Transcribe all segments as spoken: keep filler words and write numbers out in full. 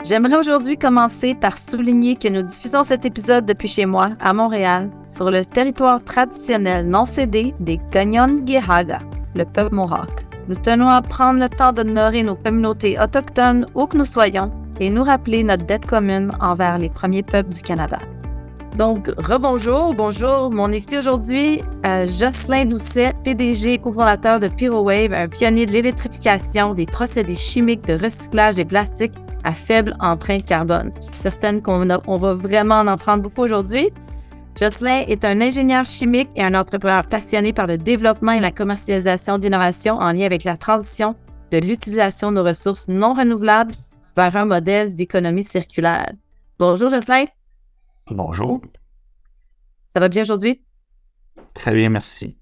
J'aimerais aujourd'hui commencer par souligner que nous diffusons cet épisode depuis chez moi, à Montréal, sur le territoire traditionnel non cédé des Kanien'kehá:ka, le peuple Mohawk. Nous tenons à prendre le temps d'honorer nos communautés autochtones où que nous soyons et nous rappeler notre dette commune envers les premiers peuples du Canada. Donc, rebonjour, bonjour. Mon invité aujourd'hui, euh, Jocelyn Doucet, P D G et cofondateur de PyroWave, un pionnier de l'électrification des procédés chimiques de recyclage des plastiques à faible empreinte carbone. Je suis certaine qu'on a, on va vraiment en apprendre beaucoup aujourd'hui. Jocelyn est un ingénieur chimique et un entrepreneur passionné par le développement et la commercialisation d'innovations en lien avec la transition de l'utilisation de nos ressources non renouvelables vers un modèle d'économie circulaire. Bonjour Jocelyn. Bonjour. Ça va bien aujourd'hui? Très bien, merci.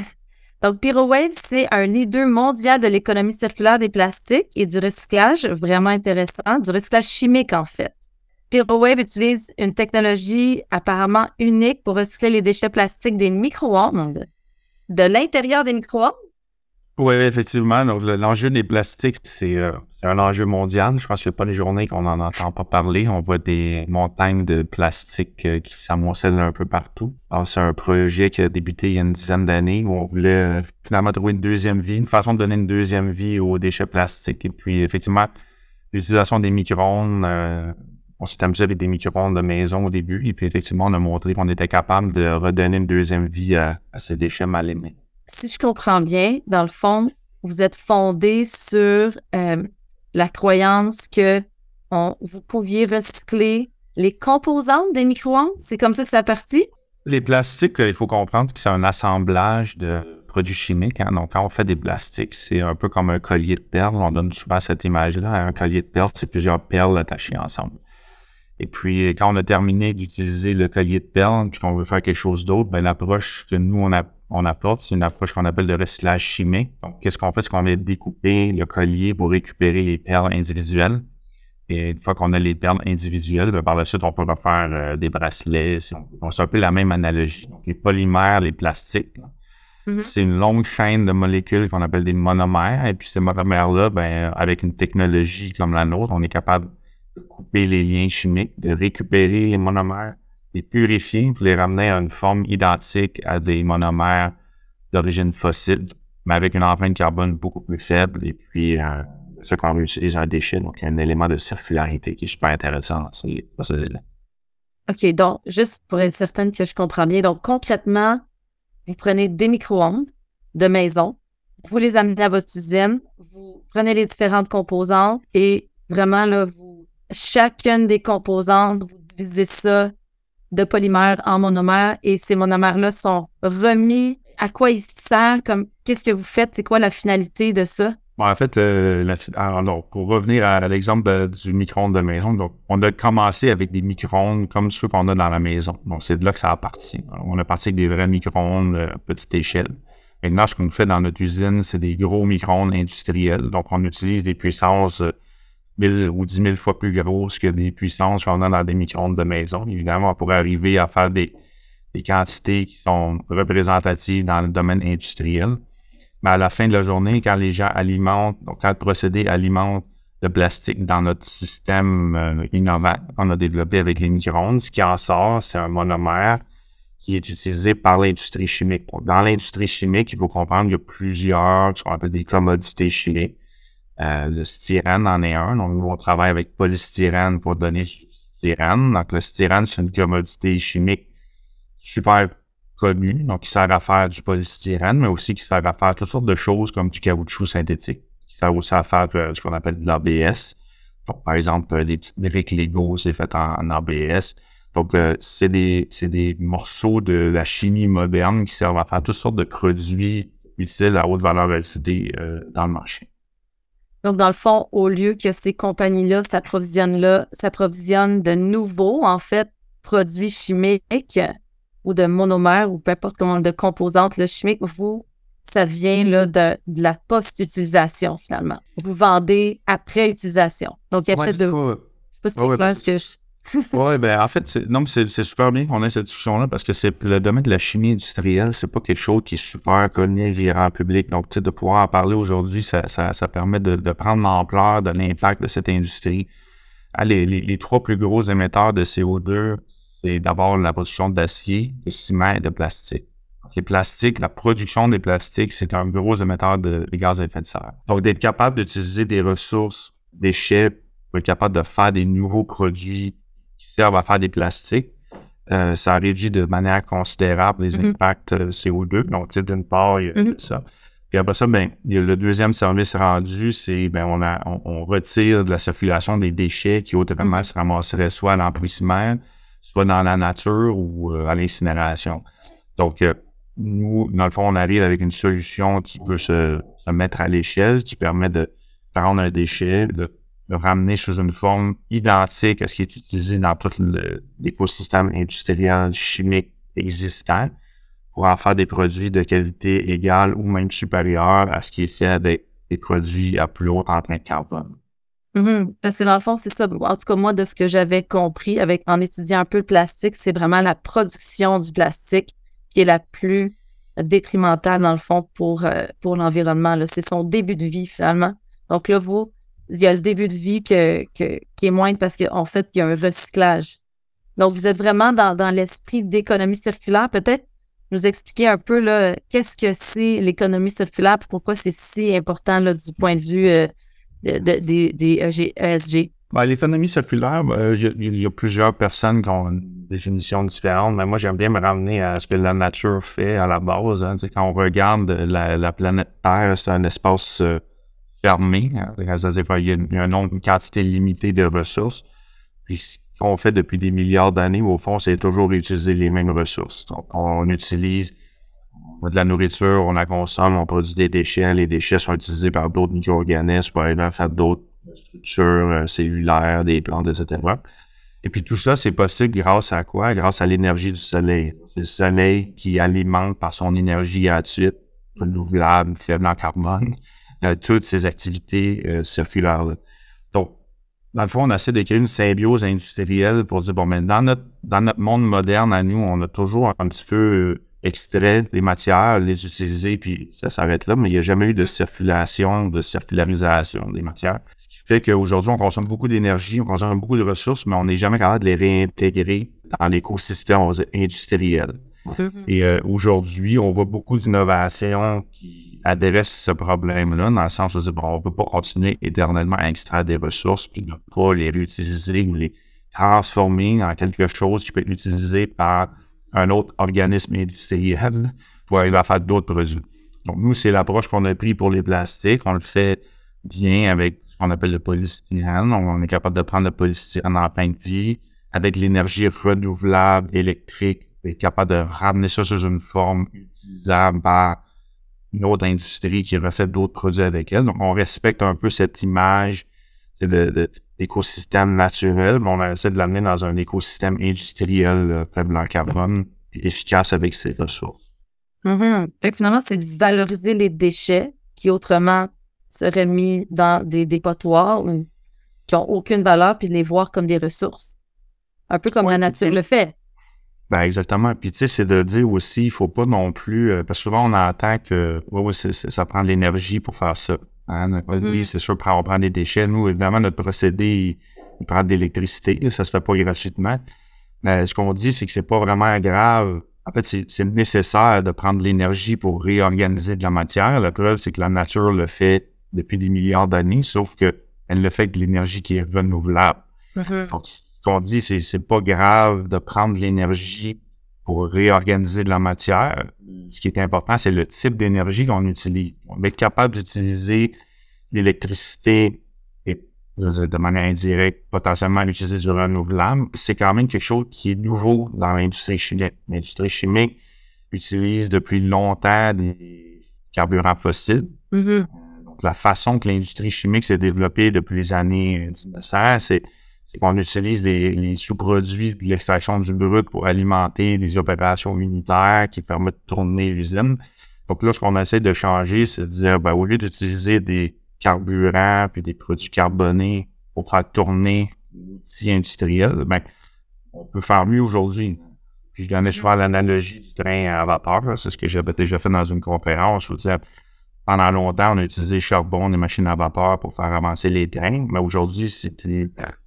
Donc, PyroWave, c'est un leader mondial de l'économie circulaire des plastiques et du recyclage, vraiment intéressant, du recyclage chimique en fait. PyroWave utilise une technologie apparemment unique pour recycler les déchets plastiques des micro-ondes, de l'intérieur des micro-ondes. Oui, effectivement. Donc, l'enjeu des plastiques, c'est, euh, c'est un enjeu mondial. Je pense qu'il n'y a pas des journées qu'on n'en entend pas parler. On voit des montagnes de plastique euh, qui s'amoncellent un peu partout. Alors, c'est un projet qui a débuté il y a une dizaine d'années où on voulait euh, finalement trouver une deuxième vie, une façon de donner une deuxième vie aux déchets plastiques. Et puis, effectivement, l'utilisation des micro-ondes, euh, on s'est amusé avec des micro-ondes de maison au début. Et puis, effectivement, on a montré qu'on était capable de redonner une deuxième vie à, à ces déchets mal aimés. Si je comprends bien, dans le fond, vous êtes fondé sur euh, la croyance que on, vous pouviez recycler les composantes des micro-ondes. C'est comme ça que ça partit? Les plastiques, il faut comprendre que c'est un assemblage de produits chimiques. Hein? Donc, quand on fait des plastiques, c'est un peu comme un collier de perles. On donne souvent cette image-là. Un collier de perles, c'est plusieurs perles attachées ensemble. Et puis, quand on a terminé d'utiliser le collier de perles, puis qu'on veut faire quelque chose d'autre, ben l'approche que nous, on, a, on apporte, c'est une approche qu'on appelle de recyclage chimique. Donc, qu'est-ce qu'on fait? C'est qu'on va découper le collier pour récupérer les perles individuelles. Et une fois qu'on a les perles individuelles, ben par la suite, on peut refaire euh, des bracelets. C'est, on, c'est un peu la même analogie. Donc, les polymères, les plastiques, là, mm-hmm. c'est une longue chaîne de molécules qu'on appelle des monomères. Et puis, ces monomères-là, ben avec une technologie comme la nôtre, on est capable de couper les liens chimiques, de récupérer les monomères, les purifier pour les ramener à une forme identique à des monomères d'origine fossile, mais avec une empreinte carbone beaucoup plus faible. Et puis, euh, ça qu'on réutilise un déchet, donc il y a un élément de circularité qui est super intéressant dans ces procédés-là. OK, donc, juste pour être certaine que je comprends bien, donc concrètement, vous prenez des micro-ondes de maison, vous les amenez à votre usine, vous prenez les différentes composantes et vraiment, là, vous chacune des composantes, vous divisez ça de polymères en monomères et ces monomères-là sont remis. À quoi ils servent? Comme, qu'est-ce que vous faites? C'est quoi la finalité de ça? Bon, en fait, euh, la, alors, pour revenir à, à l'exemple de, du micro-ondes de maison, donc, on a commencé avec des micro-ondes comme ceux qu'on a dans la maison. Donc, c'est de là que ça a parti. Alors, on a parti avec des vrais micro-ondes à petite échelle. Maintenant, ce qu'on fait dans notre usine, c'est des gros micro-ondes industriels. Donc, on utilise des puissances euh, mille ou dix mille fois plus grosses que des puissances qu'on a dans des micro-ondes de maison. Évidemment, on pourrait arriver à faire des, des quantités qui sont représentatives dans le domaine industriel. Mais à la fin de la journée, quand les gens alimentent, donc quand le procédé alimente le plastique dans notre système euh, innovant qu'on a développé avec les micro-ondes, ce qui en sort, c'est un monomère qui est utilisé par l'industrie chimique. Donc, dans l'industrie chimique, il faut comprendre qu'il y a plusieurs, ce qu'on appelle des commodités chimiques. Euh, le styrène en est un. Donc, nous, on travaille avec polystyrène pour donner du styrène. Donc, le styrène, c'est une commodité chimique super connue. Donc, qui sert à faire du polystyrène, mais aussi qui sert à faire toutes sortes de choses comme du caoutchouc synthétique. Qui sert aussi à faire euh, ce qu'on appelle de l'A B S. Donc, par exemple, euh, des petites briques Lego, c'est fait en, en A B S. Donc, euh, c'est des, c'est des morceaux de la chimie moderne qui servent à faire toutes sortes de produits utiles à haute valeur ajoutée euh, dans le marché. Donc, dans le fond, au lieu que ces compagnies-là s'approvisionnent là, s'approvisionnent de nouveaux, en fait, produits chimiques ou de monomères ou peu importe comment, de composantes là, chimiques, vous, ça vient là, de, de la post-utilisation, finalement. Vous vendez après utilisation. Donc, il y a ouais, de... Pas... Je sais pas si c'est ouais, clair ouais, ce que je... oui, ben en fait, c'est, non, mais c'est, c'est super bien qu'on ait cette discussion-là parce que c'est le domaine de la chimie industrielle, c'est pas quelque chose qui est super connu du grand public. Donc, tu sais, de pouvoir en parler aujourd'hui, ça, ça, ça permet de, de prendre l'ampleur de l'impact de cette industrie. Ah, les, les, les trois plus gros émetteurs de C O deux, c'est d'abord la production d'acier, de ciment et de plastique. Donc, les plastiques, la production des plastiques, c'est un gros émetteur de, de gaz à effet de serre. Donc, d'être capable d'utiliser des ressources, déchets, pour être capable de faire des nouveaux produits qui servent à faire des plastiques, euh, ça réduit de manière considérable les Mm-hmm. impacts de C O deux. Donc, tu sais, d'une part, il y a Mm-hmm. ça. Puis après ça, ben, il y a le deuxième service rendu, c'est ben on, a, on, on retire de la circulation des déchets qui autrement Mm-hmm. se ramasseraient soit à l'enfouissement, soit dans la nature ou euh, à l'incinération. Donc, euh, nous, dans le fond, on arrive avec une solution qui peut se, se mettre à l'échelle, qui permet de prendre un déchet, de le ramener sous une forme identique à ce qui est utilisé dans tout le, l'écosystème industriel chimique existant, pour en faire des produits de qualité égale ou même supérieure à ce qui est fait avec des produits à plus haute empreinte carbone. Mm-hmm. Parce que dans le fond, c'est ça. En tout cas, moi, de ce que j'avais compris avec en étudiant un peu le plastique, c'est vraiment la production du plastique qui est la plus détrimentale, dans le fond, pour, euh, pour l'environnement. Là. C'est son début de vie, finalement. Donc là, vous, il y a le début de vie que, que, qui est moindre parce qu'en fait, il y a un recyclage. Donc, vous êtes vraiment dans, dans l'esprit d'économie circulaire. Peut-être nous expliquer un peu là, qu'est-ce que c'est l'économie circulaire et pourquoi c'est si important là, du point de vue euh, de, de, de, des E S G. Ben, l'économie circulaire, ben, il, y a, il y a plusieurs personnes qui ont une définition différente, mais moi, j'aime bien me ramener à ce que la nature fait à la base. Hein. Quand on regarde la, la planète Terre, c'est un espace euh, fermé. Hein. C'est-à-dire qu'il y a, il y a un nombre, une quantité limitée de ressources. Puis, ce qu'on fait depuis des milliards d'années, au fond, c'est toujours utiliser les mêmes ressources. Donc, on utilise de la nourriture, on la consomme, on produit des déchets. Les déchets sont utilisés par d'autres micro-organismes pour aller faire d'autres structures euh, cellulaires, des plantes, et cetera. Et puis tout ça, c'est possible grâce à quoi? Grâce à l'énergie du soleil. C'est le soleil qui alimente par son énergie gratuite, renouvelable, faible en carbone, euh, toutes ces activités euh, circulaires-là. Donc, dans le fond, on essaie de créer une symbiose industrielle pour dire, bon, mais dans notre, dans notre monde moderne à nous, on a toujours un petit peu euh, extrait des matières, les utiliser, puis ça s'arrête là, mais il n'y a jamais eu de circulation, de circularisation des matières. Ce qui fait qu'aujourd'hui, on consomme beaucoup d'énergie, on consomme beaucoup de ressources, mais on n'est jamais capable de les réintégrer dans l'écosystème industriel. Mm-hmm. Et euh, aujourd'hui, on voit beaucoup d'innovations qui adressent ce problème-là, dans le sens où bon, on ne peut pas continuer éternellement à extraire des ressources, puis ne pas les réutiliser ou les transformer en quelque chose qui peut être utilisé par un autre organisme industriel pour arriver à faire d'autres produits. Donc, nous, c'est l'approche qu'on a prise pour les plastiques. On le fait bien avec ce qu'on appelle le polystyrène. On est capable de prendre le polystyrène en fin de vie avec l'énergie renouvelable électrique, être capable de ramener ça sous une forme utilisable par une autre industrie qui refait d'autres produits avec elle. Donc, on respecte un peu cette image de, de, d'écosystème naturel, mais on essaie de l'amener dans un écosystème industriel euh, faible en carbone et efficace avec ses ressources. Mm-hmm. Fait que finalement, c'est de valoriser les déchets qui autrement seraient mis dans des dépotoirs ou qui n'ont aucune valeur, puis de les voir comme des ressources. Un peu comme ouais, la nature le fait. Ben exactement. Puis tu sais, c'est de dire aussi, il ne faut pas non plus, euh, parce que souvent on entend que ouais, ouais, c'est, c'est, ça prend de l'énergie pour faire ça. Hein? Mm-hmm. Oui, c'est sûr, on prend des déchets. Nous, évidemment, notre procédé, il, il prend de l'électricité, là, ça se fait pas gratuitement. Mais ce qu'on dit, c'est que c'est pas vraiment grave. En fait, c'est, c'est nécessaire de prendre de l'énergie pour réorganiser de la matière. La preuve, c'est que la nature le fait depuis des milliards d'années, sauf qu'elle le fait avec de l'énergie qui est renouvelable. Mm-hmm. Donc, ce qu'on dit, c'est c'est pas grave de prendre de l'énergie pour réorganiser de la matière. Ce qui est important, c'est le type d'énergie qu'on utilise. On va être capable d'utiliser l'électricité et de manière indirecte, potentiellement utiliser du renouvelable. C'est quand même quelque chose qui est nouveau dans l'industrie chimique. L'industrie chimique utilise depuis longtemps des carburants fossiles. Mm-hmm. Donc, la façon que l'industrie chimique s'est développée depuis les années dix-neuf cents, c'est c'est qu'on utilise les, les sous-produits de l'extraction du brut pour alimenter des opérations unitaires qui permettent de tourner l'usine. Donc là, ce qu'on essaie de changer, c'est de dire, ben, au lieu d'utiliser des carburants puis des produits carbonés pour faire tourner l'outil industriel, ben, on peut faire mieux aujourd'hui. Puis je donnais souvent l'analogie du train à vapeur. Là. C'est ce que j'avais déjà fait dans une conférence. Je vous disais, pendant longtemps, on a utilisé le charbon, des machines à vapeur pour faire avancer les trains, mais aujourd'hui, c'est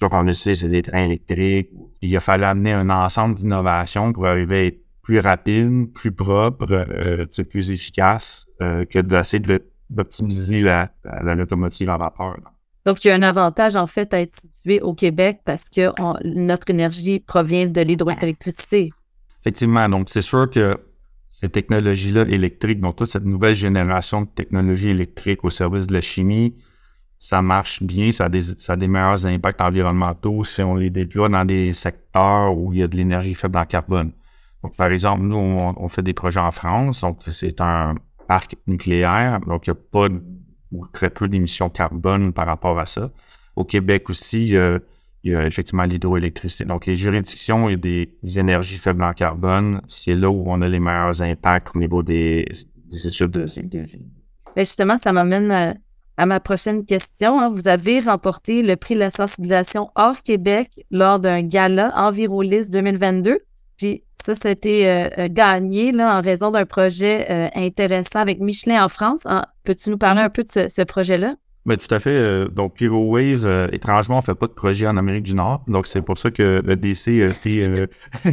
sûr qu'on utilise, c'est des trains électriques. Il a fallu amener un ensemble d'innovations pour arriver à être plus rapide, plus propre, euh, plus efficace euh, que d'essayer de, d'optimiser la, la, la locomotive à vapeur. Là. Donc, il y a un avantage, en fait, à être situé au Québec parce que on, notre énergie provient de l'hydroélectricité. Effectivement. Donc, c'est sûr que ces technologies-là électriques, donc toute cette nouvelle génération de technologies électriques au service de la chimie, ça marche bien, ça a des, ça a des meilleurs impacts environnementaux si on les déploie dans des secteurs où il y a de l'énergie faible en carbone. Donc, par exemple, nous, on, on fait des projets en France, donc c'est un parc nucléaire, donc il n'y a pas de, ou très peu d'émissions carbone par rapport à ça. Au Québec aussi, euh, il y a effectivement l'hydroélectricité. Donc, les juridictions et des, des énergies faibles en carbone, c'est là où on a les meilleurs impacts au niveau des, des études de vie. Bien, justement, ça m'amène à, à ma prochaine question. Hein. Vous avez remporté le prix de la sensibilisation hors Québec lors d'un gala Envirolis deux mille vingt-deux. Puis ça, ça a été euh, gagné là, en raison d'un projet euh, intéressant avec Michelin en France. Hein. Peux-tu nous parler un peu de ce, ce projet-là? Ben, tout à fait. Euh, donc, PyroWave, euh, étrangement, on ne fait pas de projet en Amérique du Nord. Donc, c'est pour ça que le D C a été, euh,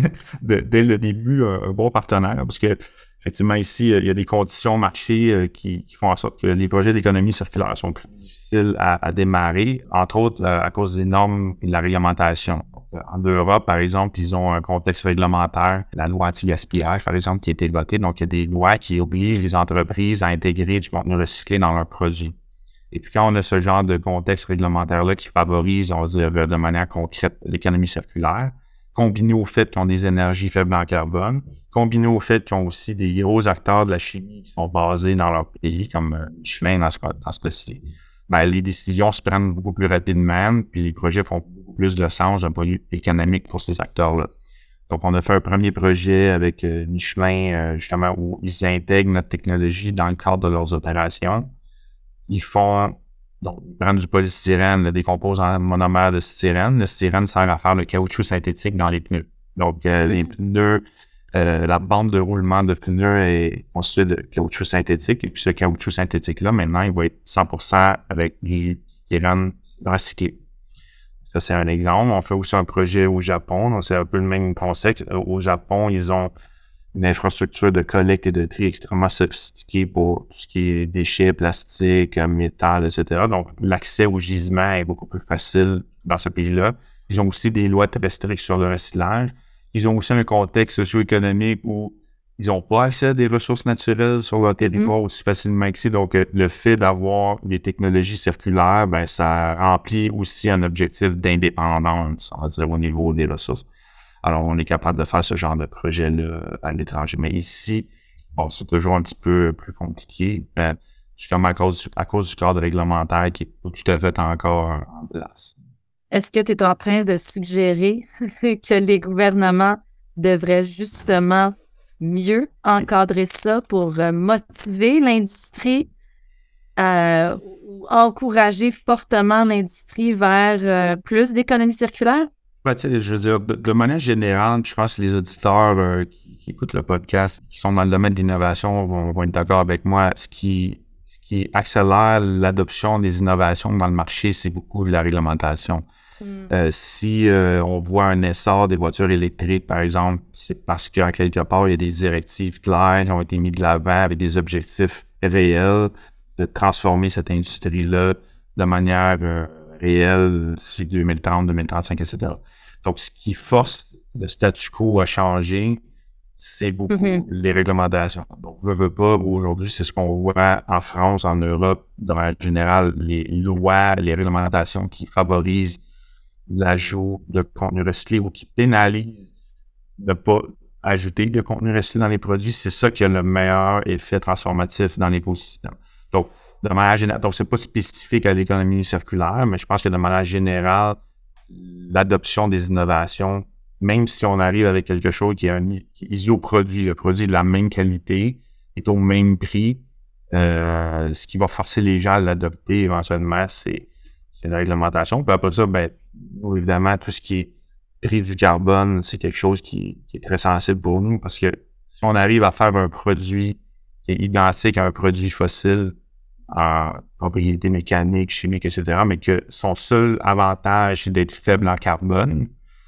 de, dès le début, un, un bon partenaire. Parce que, effectivement, ici, il y a des conditions marché euh, qui, qui font en sorte que les projets d'économie circulaire sont plus difficiles à, à démarrer, entre autres euh, à cause des normes et de la réglementation. Donc, en Europe, par exemple, ils ont un contexte réglementaire, la loi anti-gaspillage, par exemple, qui a été votée. Donc, il y a des lois qui obligent les entreprises à intégrer du contenu recyclé dans leurs produits. Et puis, quand on a ce genre de contexte réglementaire-là qui favorise, on va dire, de manière concrète, l'économie circulaire, combiné au fait qu'ils ont des énergies faibles en carbone, combiné au fait qu'ils ont aussi des gros acteurs de la chimie qui sont basés dans leur pays, comme Michelin dans ce, dans ce cas-ci, ben, les décisions se prennent beaucoup plus rapidement, puis les projets font beaucoup plus de sens d'un point de vue économique pour ces acteurs-là. Donc, on a fait un premier projet avec euh, Michelin, euh, justement, où ils intègrent notre technologie dans le cadre de leurs opérations. Ils font, donc, ils prennent du polystyrène, le décomposent en monomère de styrène. Le styrène sert à faire le caoutchouc synthétique dans les pneus. Donc, euh, les pneus, euh, la bande de roulement de pneus est constituée de caoutchouc synthétique. Et puis, ce caoutchouc synthétique-là, maintenant, il va être cent pour cent avec du styrène recyclé. Ça, c'est un exemple. On fait aussi un projet au Japon. Donc, c'est un peu le même concept. Au Japon, ils ont une infrastructure de collecte et de tri extrêmement sophistiquée pour tout ce qui est déchets, plastiques, métal, et cetera. Donc, l'accès au gisement est beaucoup plus facile dans ce pays-là. Ils ont aussi des lois très strictes sur le recyclage. Ils ont aussi un contexte socio-économique où ils n'ont pas accès à des ressources naturelles sur leur territoire mm-hmm. aussi facilement qu'ici. Donc, le fait d'avoir des technologies circulaires, ben, ça remplit aussi un objectif d'indépendance, on va dire, au niveau des ressources. Alors, on est capable de faire ce genre de projet-là à l'étranger. Mais ici, bon, c'est toujours un petit peu plus compliqué, ben, justement à cause, à cause du cadre réglementaire qui est tout à fait encore en place. Est-ce que tu es en train de suggérer que les gouvernements devraient justement mieux encadrer ça pour motiver l'industrie, euh, ou encourager fortement l'industrie vers euh, plus d'économie circulaire? Ben, tu sais, je veux dire, de, de manière générale, je pense que les auditeurs euh, qui, qui écoutent le podcast, qui sont dans le domaine de l'innovation, vont, vont être d'accord avec moi. Ce qui, ce qui accélère l'adoption des innovations dans le marché, c'est beaucoup la réglementation. Mm. Euh, si euh, on voit un essor des voitures électriques, par exemple, c'est parce qu'à quelque part, il y a des directives claires qui ont été mises de l'avant avec des objectifs réels de transformer cette industrie-là de manière euh, réelle d'ici deux mille trente, deux mille trente-cinq, et cetera. Donc, ce qui force le statu quo à changer, c'est beaucoup mm-hmm. les réglementations. Donc, veut, veut pas, aujourd'hui, c'est ce qu'on voit en France, en Europe, dans la générale, les lois, les réglementations qui favorisent l'ajout de contenu recyclé ou qui pénalisent de ne pas ajouter de contenu recyclé dans les produits, c'est ça qui a le meilleur effet transformatif dans l'écosystème. Donc, de manière générale, donc c'est pas spécifique à l'économie circulaire, mais je pense que de manière générale, l'adoption des innovations, même si on arrive avec quelque chose qui est un isoproduit, le produit de la même qualité, est au même prix, euh, ce qui va forcer les gens à l'adopter éventuellement, c'est, c'est la réglementation. Puis après ça, ben, évidemment, tout ce qui est prix du carbone, c'est quelque chose qui, qui est très sensible pour nous parce que si on arrive à faire un produit qui est identique à un produit fossile, en propriétés mécaniques, chimiques, et cetera, mais que son seul avantage, c'est d'être faible en carbone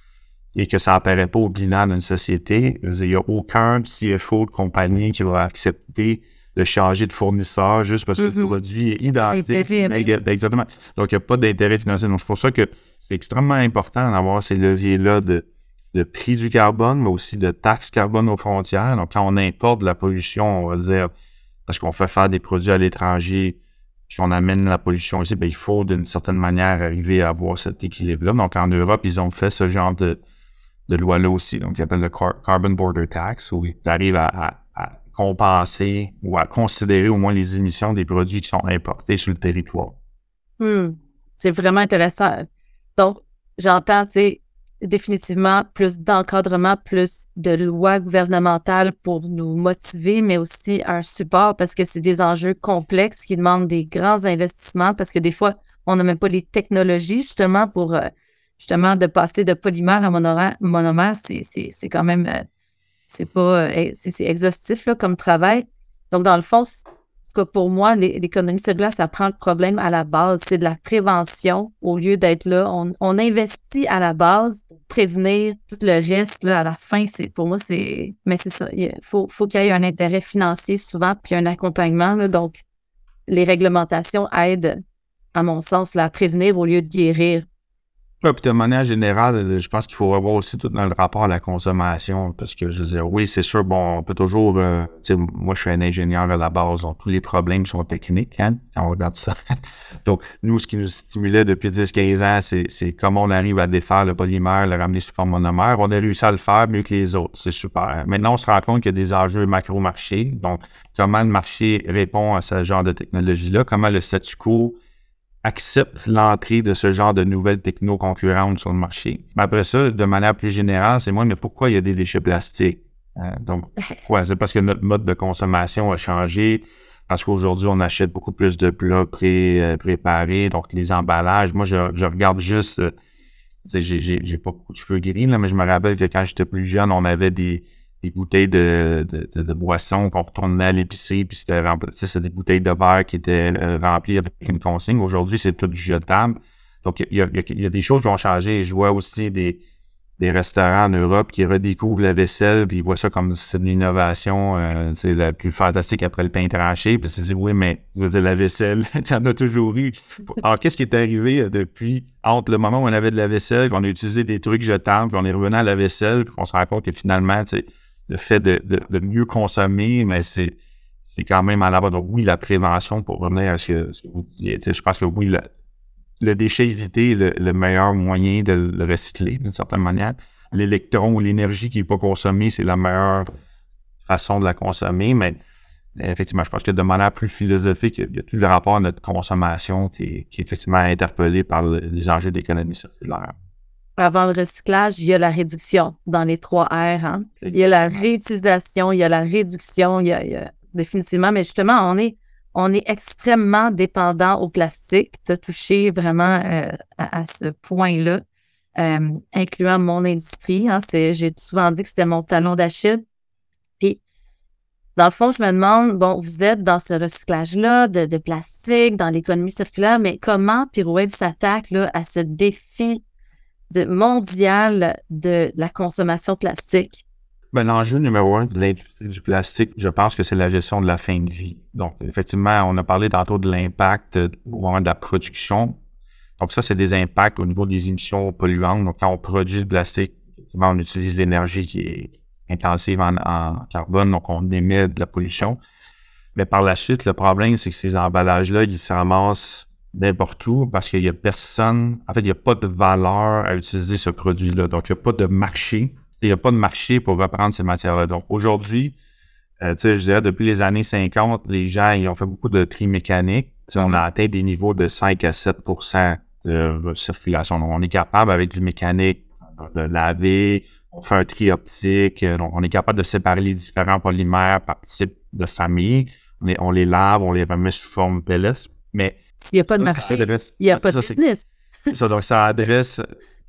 et que ça n'apparaît pas au bilan d'une société. Il n'y a aucun C F O de compagnie qui va accepter de changer de fournisseur juste parce que mm-hmm. le produit est identique. Exactement. Donc, il n'y a pas d'intérêt financier. Donc, c'est pour ça que c'est extrêmement important d'avoir ces leviers-là de, de prix du carbone, mais aussi de taxes carbone aux frontières. Donc, quand on importe de la pollution, on va dire, parce qu'on fait faire des produits à l'étranger, puis qu'on amène la pollution ici, bien, il faut d'une certaine manière arriver à avoir cet équilibre-là. Donc, en Europe, ils ont fait ce genre de, de loi-là aussi, donc ils appellent le Car- Carbon Border Tax, où ils arrivent à, à, à compenser ou à considérer au moins les émissions des produits qui sont importés sur le territoire. Hmm. C'est vraiment intéressant. Donc, j'entends, tu sais, définitivement plus d'encadrement, plus de lois gouvernementales pour nous motiver, mais aussi un support parce que c'est des enjeux complexes qui demandent des grands investissements parce que des fois, on n'a même pas les technologies justement pour euh, justement de passer de polymère à monomère. monomère c'est, c'est, c'est quand même, euh, c'est pas, euh, c'est, c'est exhaustif là, comme travail. Donc, dans le fond, en tout cas, pour moi, l'économie circulaire, ça prend le problème à la base. C'est de la prévention au lieu d'être là. On, on investit à la base pour prévenir tout le reste. Là, à la fin, c'est, pour moi, c'est... Mais c'est ça. Il faut, faut qu'il y ait un intérêt financier souvent puis un accompagnement. Là, donc, les réglementations aident, à mon sens, là, à prévenir au lieu de guérir. Oui, puis de manière générale, je pense qu'il faut avoir aussi tout dans le rapport à la consommation, parce que, je veux dire, oui, c'est sûr, bon, on peut toujours, euh, tu sais, moi, je suis un ingénieur à la base, donc tous les problèmes sont techniques, hein, quand on regarde ça. Donc, nous, ce qui nous stimulait depuis dix à quinze ans, c'est, c'est comment on arrive à défaire le polymère, le ramener sous forme monomère. On a réussi à le faire mieux que les autres, c'est super. Maintenant, on se rend compte qu'il y a des enjeux macro-marché, donc comment le marché répond à ce genre de technologie-là, comment le statu quo accepte l'entrée de ce genre de nouvelles techno concurrentes sur le marché. Mais après ça, de manière plus générale, c'est moi, mais pourquoi il y a des déchets plastiques? Euh, donc, pourquoi? C'est parce que notre mode de consommation a changé, parce qu'aujourd'hui, on achète beaucoup plus de plats pré, euh, préparés, donc les emballages. Moi, je, je regarde juste, euh, tu sais, j'ai, j'ai, j'ai pas beaucoup de cheveux gris, là, mais je me rappelle que quand j'étais plus jeune, on avait des des bouteilles de, de, de, de boissons qu'on retournait à l'épicerie, puis c'était rempli, c'est des bouteilles de verre qui étaient euh, remplies avec une consigne. Aujourd'hui, c'est tout jetable. Donc, il y a, y, a, y a des choses qui vont changer. Je vois aussi des, des restaurants en Europe qui redécouvrent la vaisselle, puis ils voient ça comme c'est une innovation, euh, c'est la plus fantastique après le pain tranché. Puis ils se disent, oui, mais je veux dire, la vaisselle, tu en as toujours eu. Alors, qu'est-ce qui est arrivé depuis, entre le moment où on avait de la vaisselle, qu'on a utilisé des trucs jetables, puis on est revenu à la vaisselle, puis on se rend compte que finalement, tu sais, le fait de, de, de mieux consommer, mais c'est, c'est quand même à la base. Donc, oui, la prévention, pour revenir à ce que, ce que vous disiez, je pense que oui, le, le déchet évité est le, le meilleur moyen de le recycler, d'une certaine manière. L'électron ou l'énergie qui n'est pas consommée, c'est la meilleure façon de la consommer, mais effectivement, je pense que de manière plus philosophique, il y a tout le rapport à notre consommation qui est, qui est effectivement interpellé par le, les enjeux d'économie circulaire. Avant le recyclage, il y a la réduction dans les trois R. Hein? Il y a la réutilisation, il y a la réduction, il y a, il y a définitivement, mais justement, on est, on est extrêmement dépendant au plastique. Tu as touché vraiment euh, à, à ce point-là, euh, incluant mon industrie. Hein? C'est, j'ai souvent dit que c'était mon talon d'Achille. Puis, dans le fond, je me demande, bon, vous êtes dans ce recyclage-là de, de plastique, dans l'économie circulaire, mais comment Pyrowave s'attaque là, à ce défi de mondial de, de la consommation plastique? Ben, l'enjeu numéro un de l'industrie du plastique, je pense que c'est la gestion de la fin de vie. Donc, effectivement, on a parlé tantôt de l'impact au moment de la production. Donc, ça, c'est des impacts au niveau des émissions polluantes. Donc, quand on produit le plastique, effectivement, on utilise l'énergie qui est intensive en, en carbone, donc on émet de la pollution. Mais par la suite, le problème, c'est que ces emballages-là, ils se ramassent n'importe où parce qu'il n'y a personne, en fait, il n'y a pas de valeur à utiliser ce produit-là. Donc, il n'y a pas de marché. Il n'y a pas de marché pour reprendre ces matières-là. Donc, aujourd'hui, euh, tu sais, je dirais, depuis les années cinquante, les gens, ils ont fait beaucoup de tri mécanique. Tu sais, on a atteint des niveaux de cinq à sept pour cent de circulation. Donc, on est capable, avec du mécanique, de laver, on fait un tri optique. Donc, on est capable de séparer les différents polymères par type de famille. On les, on les lave, on les remet sous forme P L S. Mais s'il n'y a pas de marché, adresse, il n'y a pas de ça, business. C'est ça, donc ça adresse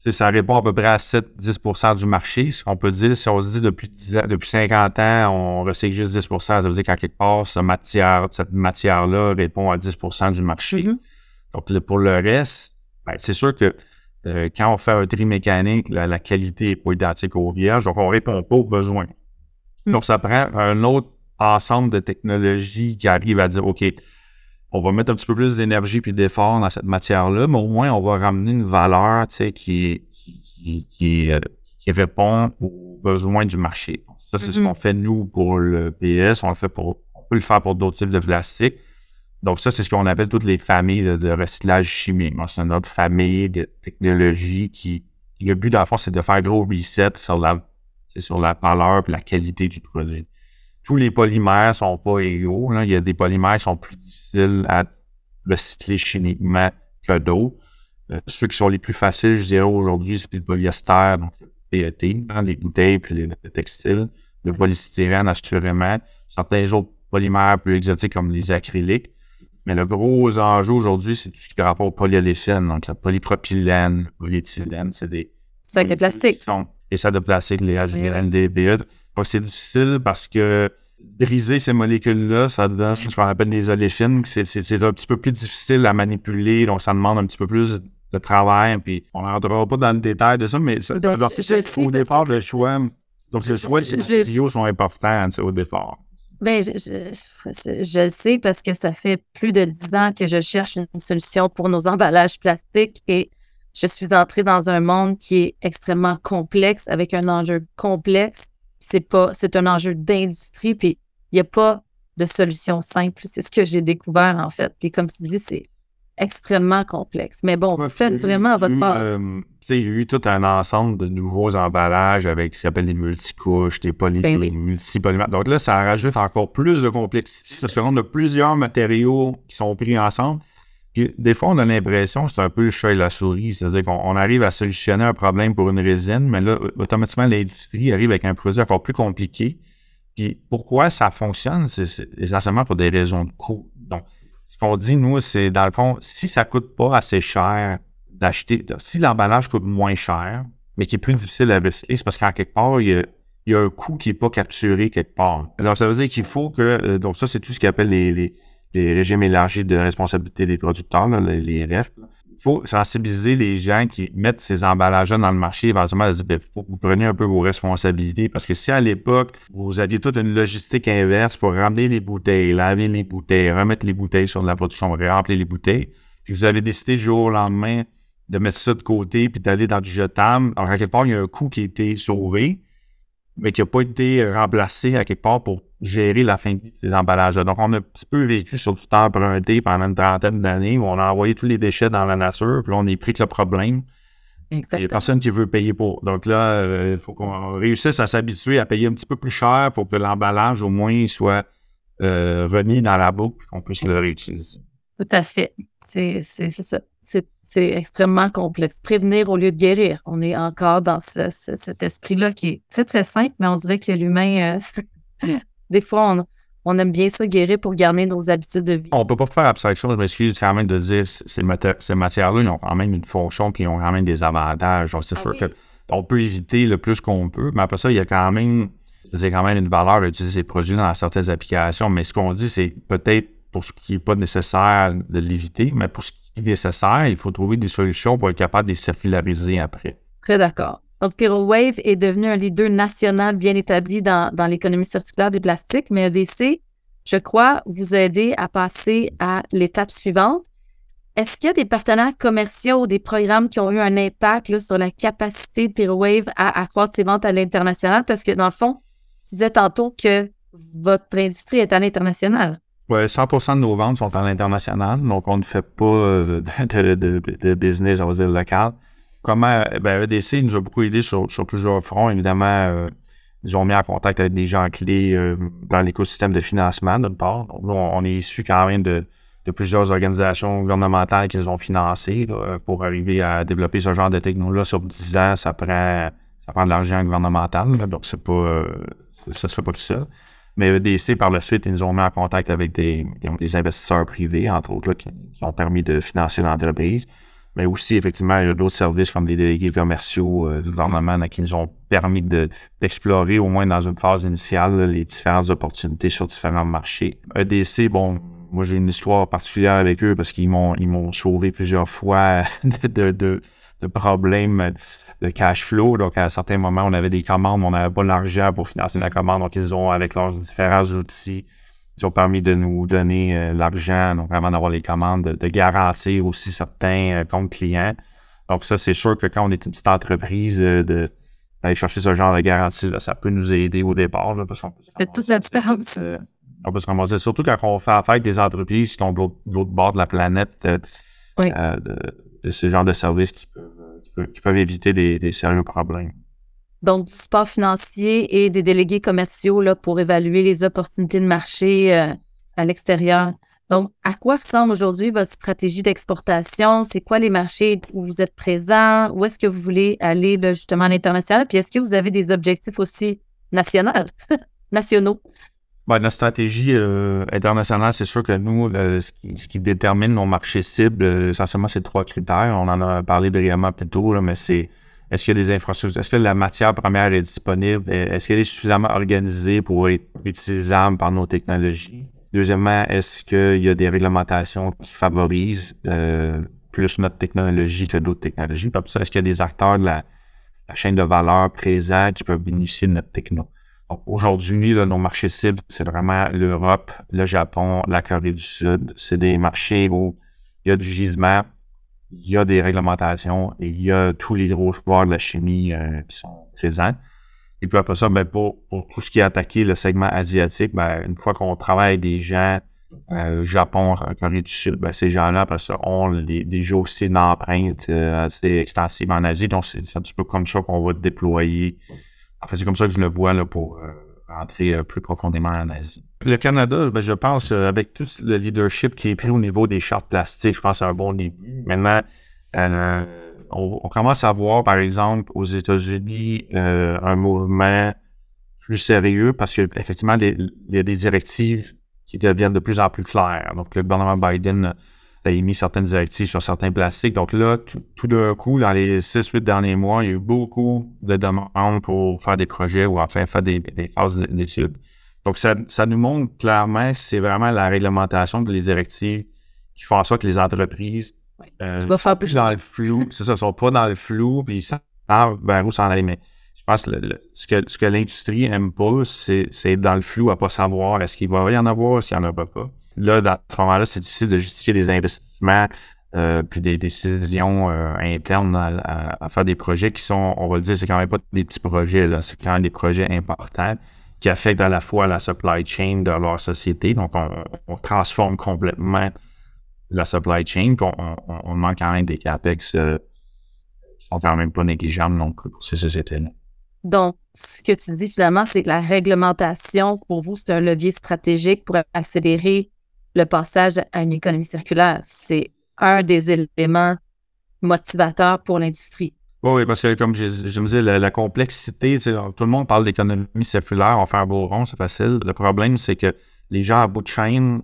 ça répond à peu près à sept à dix pour cent du marché. Ce qu'on peut dire, si on se dit depuis, dix ans, depuis cinquante ans, on recycle juste dix pour cent, ça veut dire qu'à quelque part, cette matière, cette matière-là répond à dix pour cent du marché. Mm-hmm. Donc, le, pour le reste, ben, c'est sûr que euh, quand on fait un tri mécanique, la, la qualité n'est pas identique aux vierges, donc on ne répond pas aux besoins. Mm-hmm. Donc, ça prend un autre ensemble de technologies qui arrivent à dire, OK, on va mettre un petit peu plus d'énergie puis d'effort dans cette matière-là, mais au moins, on va ramener une valeur, tu sais, qui, qui, qui, qui, euh, qui répond aux besoins du marché. Donc, ça, c'est mm-hmm. ce qu'on fait, nous, pour le P S. On le fait pour, on peut le faire pour d'autres types de plastique. Donc, ça, c'est ce qu'on appelle toutes les familles de, de recyclage chimique. Donc, c'est notre famille de technologies qui, qui, le but, dans le fond, c'est de faire gros reset sur la, sur la valeur et la qualité du produit. Tous les polymères ne sont pas égaux. Là. Il y a des polymères qui sont plus difficiles à recycler chimiquement que d'autres. Euh, ceux qui sont les plus faciles, je dirais aujourd'hui, c'est le polyester, donc le P E T, hein, les bouteilles puis les, les textiles, le polystyrène, assurément. Certains autres polymères plus exotiques comme les acryliques. Mais le gros enjeu aujourd'hui, c'est tout ce qui est rapport au polyolefine, donc le polypropylène, le polyéthylène, c'est des... Sacs de plastique. Les sacs de plastique, les H D L, D B E. Donc, c'est difficile parce que briser ces molécules-là, ça donne ce qu'on appelle des oléfines, c'est, c'est, c'est un petit peu plus difficile à manipuler, donc ça demande un petit peu plus de travail, puis on n'entrera pas dans le détail de ça, mais ça, ben, genre, je, je au départ, le choix, donc le choix des matériaux sont importants au départ. Ben, je, je, je le sais parce que ça fait plus de dix ans que je cherche une solution pour nos emballages plastiques et je suis entrée dans un monde qui est extrêmement complexe, avec un enjeu complexe. C'est pas, c'est un enjeu d'industrie, puis il n'y a pas de solution simple. C'est ce que j'ai découvert, en fait. Puis comme tu dis, c'est extrêmement complexe. Mais bon, vous faites vraiment à votre part. Euh, tu sais, il y a eu tout un ensemble de nouveaux emballages avec ce qu'on appelle des multicouches, des poly- ben oui. multipolymères. Donc là, ça rajoute encore plus de complexité. Ça se fait qu'on a plusieurs matériaux qui sont pris ensemble. Puis des fois, on a l'impression que c'est un peu le chat et la souris. C'est-à-dire qu'on on arrive à solutionner un problème pour une résine, mais là, automatiquement, l'industrie arrive avec un produit encore plus compliqué. Puis pourquoi ça fonctionne? C'est, c'est essentiellement pour des raisons de coût. Donc, ce qu'on dit, nous, c'est dans le fond, si ça ne coûte pas assez cher d'acheter, si l'emballage coûte moins cher, mais qui est plus difficile à recycler, c'est parce qu'en quelque part, il y a, il y a un coût qui n'est pas capturé quelque part. Alors, ça veut dire qu'il faut que... Donc, ça, c'est tout ce qu'on appelle les... les les régimes élargis de responsabilité des producteurs, là, les, les R E F. Il faut sensibiliser les gens qui mettent ces emballages-là dans le marché, éventuellement, à dire, il faut que vous preniez un peu vos responsabilités, parce que si à l'époque, vous aviez toute une logistique inverse pour ramener les bouteilles, laver les bouteilles, remettre les bouteilles sur de la production, remplir les bouteilles, puis vous avez décidé du jour au lendemain de mettre ça de côté, puis d'aller dans du jetable, alors à quelque part, il y a un coût qui a été sauvé, mais qui n'a pas été remplacé à quelque part pour gérer la fin de vie de ces emballages-là. Donc, on a un petit peu vécu sur du temps emprunté pendant une trentaine d'années où on a envoyé tous les déchets dans la nature, puis là, on est pris que le problème. Exactement. Il n'y a personne qui veut payer pour. Donc là, il euh, faut qu'on réussisse à s'habituer à payer un petit peu plus cher pour que l'emballage, au moins, soit euh, remis dans la boucle et qu'on puisse le réutiliser. Tout à fait. C'est, c'est, c'est ça. C'est, c'est extrêmement complexe. Prévenir au lieu de guérir. On est encore dans ce, ce, cet esprit-là qui est très, très simple, mais on dirait que l'humain, euh, des fois, on, on aime bien ça guérir pour garder nos habitudes de vie. On ne peut pas faire abstraction, je m'excuse quand même de dire ces, maté- ces matières-là, ils ont quand même une fonction puis ils ont quand même des avantages. Donc, c'est ah sûr oui. qu'on peut éviter le plus qu'on peut, mais après ça, il y a quand même, c'est quand même une valeur d'utiliser ces produits dans certaines applications. Mais ce qu'on dit, c'est peut-être pour ce qui n'est pas nécessaire de l'éviter, mais pour ce qui est nécessaire, il faut trouver des solutions pour être capable de les circulariser après. Très d'accord. Donc, PyroWave est devenu un leader national bien établi dans, dans l'économie circulaire des plastiques, mais E D C, je crois, vous aider à passer à l'étape suivante. Est-ce qu'il y a des partenaires commerciaux ou des programmes qui ont eu un impact là, sur la capacité de PyroWave à accroître ses ventes à l'international? Parce que, dans le fond, tu disais tantôt que votre industrie est à l'international. Oui, cent pour cent de nos ventes sont à l'international, donc on ne fait pas de, de, de, de business, on va dire, local. Comment, ben, E D C nous a beaucoup aidé sur, sur plusieurs fronts. Évidemment, euh, ils ont mis en contact avec des gens clés euh, dans l'écosystème de financement, d'une part. Donc, nous, on, on est issu quand même de, de plusieurs organisations gouvernementales qu'ils ont financées là, pour arriver à développer ce genre de technologie-là sur dix ans. Ça prend, ça prend de l'argent gouvernemental, là, donc c'est pas, euh, ça se fait pas tout seul. Mais E D C, par la suite, ils nous ont mis en contact avec des, des investisseurs privés, entre autres, là, qui, qui ont permis de financer l'entreprise. Mais aussi, effectivement, il y a d'autres services comme les délégués commerciaux euh, du gouvernement là, qui nous ont permis de, d'explorer, au moins dans une phase initiale, là, les différentes opportunités sur différents marchés. E D C, bon, moi j'ai une histoire particulière avec eux parce qu'ils m'ont ils m'ont sauvé plusieurs fois de, de, de problèmes de cash flow. Donc, à certains moments, on avait des commandes, on n'avait pas l'argent pour financer la commande. Donc, ils ont, avec leurs différents outils, ils ont permis de nous donner euh, l'argent, donc vraiment d'avoir les commandes, de, de garantir aussi certains euh, comptes clients. Donc ça, c'est sûr que quand on est une petite entreprise, euh, de, d'aller chercher ce genre de garantie, là, ça peut nous aider au départ. Là, parce qu'on peut Ça fait toute la différence. euh, on peut se ramasser, surtout quand on fait affaire avec des entreprises qui sont de l'autre, de l'autre bord de la planète, euh, Oui. euh, de, de ce genre de services qui peuvent, qui peuvent, qui peuvent éviter des, des sérieux problèmes. Donc, du support financier et des délégués commerciaux là, pour évaluer les opportunités de marché euh, à l'extérieur. Donc, à quoi ressemble aujourd'hui votre stratégie d'exportation? C'est quoi les marchés où vous êtes présent? Où est-ce que vous voulez aller là, justement à l'international? Puis, est-ce que vous avez des objectifs aussi nationaux? nationaux? Ben, notre stratégie euh, internationale, c'est sûr que nous, euh, ce, qui, ce qui détermine nos marchés cibles, euh, essentiellement, c'est trois critères. On en a parlé brièvement plus tôt, là, mais c'est est-ce qu'il y a des infrastructures? Est-ce que la matière première est disponible? Est-ce qu'elle est suffisamment organisée pour être utilisable par nos technologies? Deuxièmement, est-ce qu'il y a des réglementations qui favorisent euh, plus notre technologie que d'autres technologies? Puis ça, est-ce qu'il y a des acteurs de la, la chaîne de valeur présents qui peuvent bénéficier de notre techno? Donc, aujourd'hui, là, nos marchés cibles, c'est vraiment l'Europe, le Japon, la Corée du Sud. C'est des marchés où il y a du gisement, il y a des réglementations et il y a tous les gros joueurs de la chimie euh, qui sont présents. Et puis après ça, ben, pour, pour tout ce qui est attaqué, le segment asiatique, ben, une fois qu'on travaille avec des gens, euh, Japon, Corée du Sud, ben, ces gens-là, après ça, ont les, déjà aussi une empreinte euh, assez extensive en Asie. Donc, c'est, c'est un petit peu comme ça qu'on va déployer. Enfin, c'est comme ça que je le vois là, pour euh, rentrer euh, plus profondément en Asie. Le Canada, ben, je pense, euh, avec tout le leadership qui est pris au niveau des chartes plastiques, je pense que c'est un bon début. Maintenant, euh, on, on commence à voir, par exemple, aux États-Unis, euh, un mouvement plus sérieux parce qu'effectivement, il y a des directives qui deviennent de plus en plus claires. Donc, le gouvernement Biden a émis certaines directives sur certains plastiques. Donc là, tout, tout d'un coup, dans les six huit derniers mois, il y a eu beaucoup de demandes pour faire des projets ou enfin faire des, des phases d'études. Donc, ça, ça nous montre clairement que c'est vraiment la réglementation de les directives qui font en sorte que les entreprises euh, tu vas faire plus dans le flou. C'est ça, ils sont pas dans le flou, puis ils savent vers où s'en aller. Mais je pense que le, le, ce que, ce que l'industrie aime pas, c'est, c'est être dans le flou à pas savoir est-ce qu'il va y en avoir, est-ce qu'il n'y en aura pas. Là, dans ce moment-là, c'est difficile de justifier des investissements euh, puis des décisions euh, internes à, à, à faire des projets qui sont, on va le dire, c'est quand même pas des petits projets, là, c'est quand même des projets importants qui affectent à la fois la supply chain de leur société. Donc, on, on transforme complètement la supply chain, puis on, on, on demande quand même des capex euh, qui sont quand même pas négligeables donc, pour ces sociétés-là. Donc, ce que tu dis finalement, c'est que la réglementation, pour vous, c'est un levier stratégique pour accélérer le passage à une économie circulaire. C'est un des éléments motivateurs pour l'industrie. Oui, oui, parce que comme je, je me disais, la, la complexité, tout le monde parle d'économie circulaire, on fait un beau rond, c'est facile. Le problème, c'est que les gens à bout de chaîne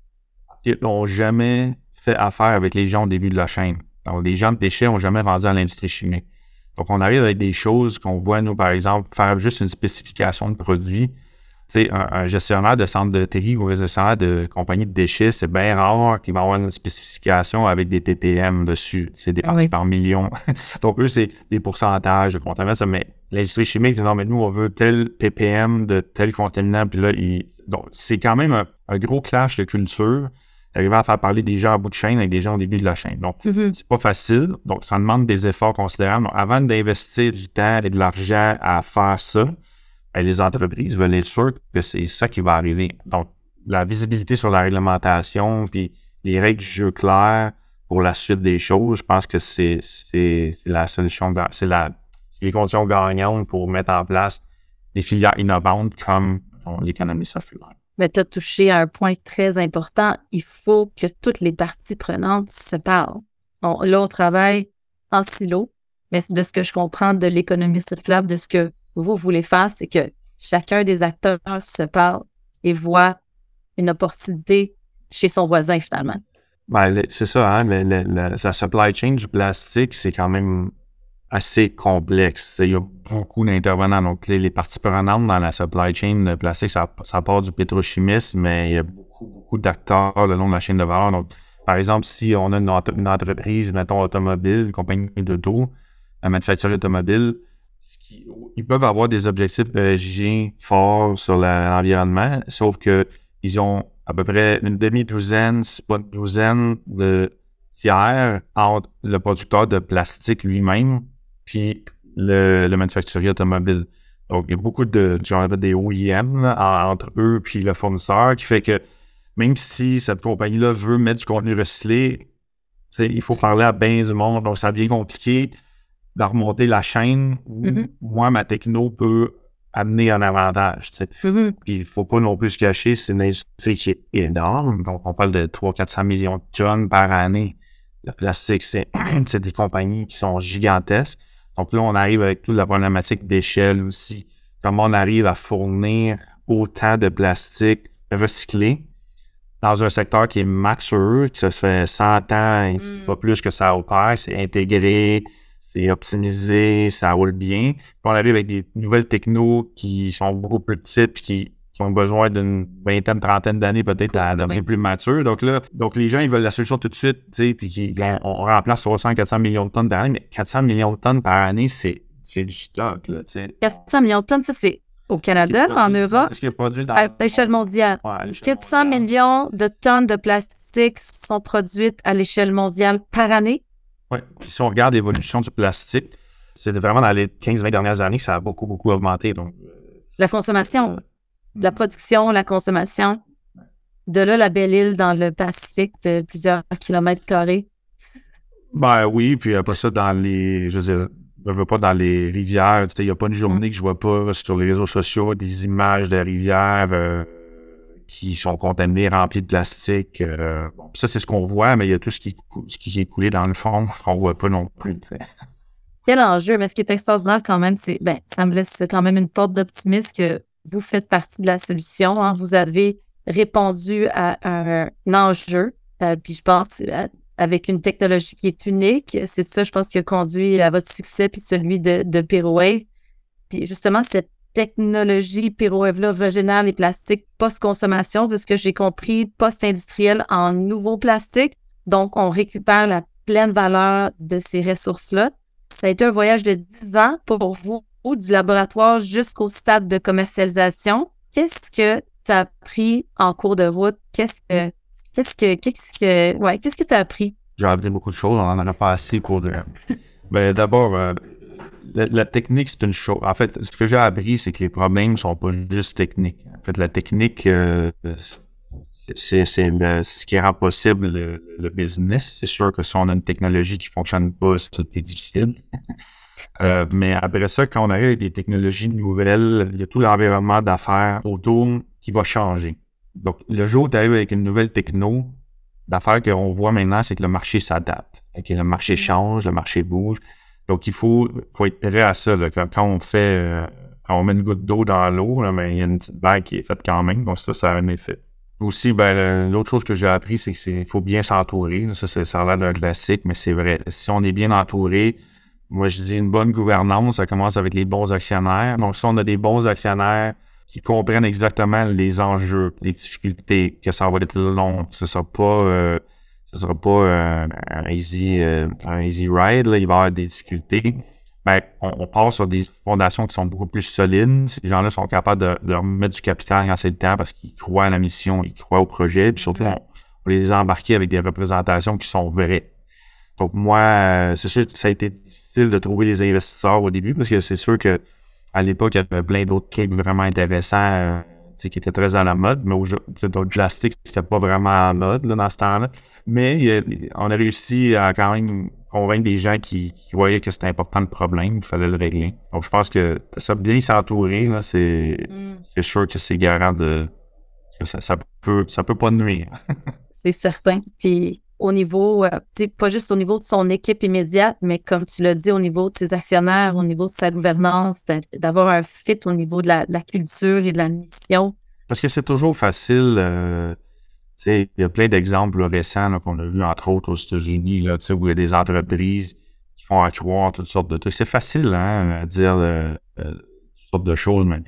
n'ont jamais fait affaire avec les gens au début de la chaîne. Donc, les gens de déchets n'ont jamais vendu à l'industrie chimique. Donc, on arrive avec des choses qu'on voit, nous, par exemple, faire juste une spécification de produit. Tu sais, un, un gestionnaire de centre de tri ou un gestionnaire de compagnie de déchets, c'est bien rare qu'il va avoir une spécification avec des T P M dessus. C'est des parties ah oui. par million. Donc, eux, c'est des pourcentages de contaminants. Mais l'industrie chimique, c'est non, mais nous, on veut tel P P M de tel contaminant. Puis là, il... donc, c'est quand même un, un gros clash de culture. D'arriver à faire parler des gens à bout de chaîne avec des gens au début de la chaîne. Donc, mm-hmm. c'est pas facile. Donc, ça demande des efforts considérables. Donc, avant d'investir du temps et de l'argent à faire ça, bien, les entreprises veulent être sûres que c'est ça qui va arriver. Donc, la visibilité sur la réglementation puis les règles du jeu claires pour la suite des choses, je pense que c'est, c'est, c'est la solution, c'est, la, c'est les conditions gagnantes pour mettre en place des filières innovantes comme bon, l'économie circulaire. Mais tu as touché à un point très important. Il faut que toutes les parties prenantes se parlent. On, là, on travaille en silo, mais de ce que je comprends de l'économie circulaire, de ce que vous voulez faire, c'est que chacun des acteurs se parle et voit une opportunité chez son voisin, finalement. Ben, le- c'est ça, hein, le- le- le- la supply chain du plastique, c'est quand même assez complexe. Il y a beaucoup d'intervenants. Donc, les, les parties prenantes dans la supply chain de plastique, ça, ça part du pétrochimiste, mais il y a beaucoup, beaucoup d'acteurs le long de la chaîne de valeur. Donc, par exemple, si on a une, auto- une entreprise, mettons, automobile, une compagnie d'auto, un manufacturier automobile, ce qui- ils peuvent avoir des objectifs E S G forts sur la- l'environnement, sauf que ils ont à peu près une demi-douzaine, si pas une douzaine de tiers entre le producteur de plastique lui-même puis le, le manufacturier automobile. Donc, il y a beaucoup de, genre, des O E M là, en- entre eux puis le fournisseur qui fait que même si cette compagnie-là veut mettre du contenu recyclé, tu sais, il faut parler à bien du monde. Donc, ça devient compliqué de remonter la chaîne où Mhm. moi, ma techno peut amener un avantage. Tu sais. Mhm. Puis il ne faut pas non plus se cacher, c'est une industrie qui est énorme. Donc, on parle de trois cents à quatre cents millions de tonnes par année. Le plastique, c'est, c'est des compagnies qui sont gigantesques. Donc là, on arrive avec toute la problématique d'échelle aussi. Comment on arrive à fournir autant de plastique recyclé dans un secteur qui est mature, qui ça fait cent ans et Mm. pas plus que ça opère, c'est intégré, c'est optimisé, ça roule bien. Puis on arrive avec des nouvelles technos qui sont beaucoup plus petites puis qui, qui ont besoin d'une vingtaine, trentaine d'années peut-être Cool, à devenir oui. plus mature. Donc là, donc les gens, ils veulent la solution tout de suite, tu sais, puis qui, ben, on remplace trois cents à quatre cents millions de tonnes par année, mais quatre cents millions de tonnes par année, c'est, c'est du stock, là, tu sais. quatre cents millions de tonnes, ça, c'est au Ce qui est Canada, en produit- Europe, c'est ce qui est produit dans à l'échelle mondiale. ouais, à l'échelle quatre cents mondiale. millions de tonnes de plastique sont produites à l'échelle mondiale par année. Oui. Puis si on regarde l'évolution du plastique, c'est vraiment dans les quinze vingt dernières années que ça a beaucoup, beaucoup augmenté. Donc, La consommation, euh, la production, la consommation. De là, la belle île dans le Pacifique de plusieurs kilomètres carrés. ben oui, puis après ça, dans les, je veux dire, je veux pas dans les rivières, tu sais, il n'y a pas une journée que je vois pas sur les réseaux sociaux des images de rivières euh, qui sont contaminées, remplies de plastique. euh, bon, ça, c'est ce qu'on voit, mais il y a tout ce qui, ce qui est coulé dans le fond qu'on voit pas non plus. Tu sais. Quel enjeu, mais ce qui est extraordinaire quand même, c'est, ben, ça me laisse quand même une porte d'optimisme que vous faites partie de la solution. Hein. Vous avez répondu à un, un enjeu, euh, puis je pense euh, avec une technologie qui est unique. C'est ça, je pense, qui a conduit à votre succès, puis celui de, de PyroWave. Puis justement, cette technologie PyroWave-là régénère les plastiques post-consommation, de ce que j'ai compris, post-industriel en nouveaux plastiques. Donc, on récupère la pleine valeur de ces ressources-là. Ça a été un voyage de dix ans pour vous, du laboratoire jusqu'au stade de commercialisation. Qu'est-ce que tu as appris en cours de route? Qu'est-ce que, qu'est-ce que, qu'est-ce que, ouais, qu'est-ce que tu as appris? J'ai appris beaucoup de choses, on en a pas assez pour de... Ben, d'abord, euh, la, la technique, c'est une chose. En fait, ce que j'ai appris, c'est que les problèmes sont pas juste techniques. En fait, la technique, euh, c'est, c'est, le- c'est ce qui rend possible le, le business. C'est sûr que si on a une technologie qui fonctionne pas, c'est difficile. Euh, mais après ça, quand on arrive avec des technologies nouvelles, il y a tout l'environnement d'affaires autour qui va changer. Donc, le jour où tu arrives avec une nouvelle techno, l'affaire qu'on voit maintenant, c'est que le marché s'adapte. Okay, le marché change, le marché bouge. Donc, il faut, faut être prêt à ça. Là. Quand, quand on fait, euh, quand on met une goutte d'eau dans l'eau, là, ben, il y a une petite vague qui est faite quand même. Donc, ça, ça a un effet. Aussi, ben, l'autre chose que j'ai appris, c'est qu'il faut bien s'entourer. Ça, c'est, ça a l'air d'un classique, mais c'est vrai. Si on est bien entouré, moi, je dis une bonne gouvernance, ça commence avec les bons actionnaires. Donc, si on a des bons actionnaires qui comprennent exactement les enjeux, les difficultés, que ça va être long, ce sera pas, euh, ce sera pas euh, un easy, euh, un easy ride, là, il va y avoir des difficultés. Ben, on, on part sur des fondations qui sont beaucoup plus solides. Ces gens-là sont capables de, de remettre du capital quand c'est le temps parce qu'ils croient à la mission, ils croient au projet, puis surtout, on, on les embarquer avec des représentations qui sont vraies. Donc, moi, euh, c'est sûr que ça a été difficile de trouver des investisseurs au début parce que c'est sûr que à l'époque, il y avait plein d'autres trucs vraiment intéressants euh, qui étaient très à la mode, mais d'autres plastiques, c'était pas vraiment en mode là, dans ce temps-là. Mais il, on a réussi à quand même convaincre des gens qui, qui voyaient que c'était important le problème, qu'il fallait le régler. Donc, je pense que ça bien s'entourer, là, c'est, mm. c'est sûr que c'est garant de que ça, ça peut ça peut pas nuire. C'est certain. Puis au niveau, euh, tu sais, pas juste au niveau de son équipe immédiate, mais comme tu l'as dit, au niveau de ses actionnaires, au niveau de sa gouvernance, d'avoir un fit au niveau de la, de la culture et de la mission. Parce que c'est toujours facile, euh, Il y a plein d'exemples là, récents là, qu'on a vus, entre autres, aux États-Unis, là, où il y a des entreprises qui font accroire toutes sortes de trucs. C'est facile hein, à dire euh, euh, toutes sortes de choses, mais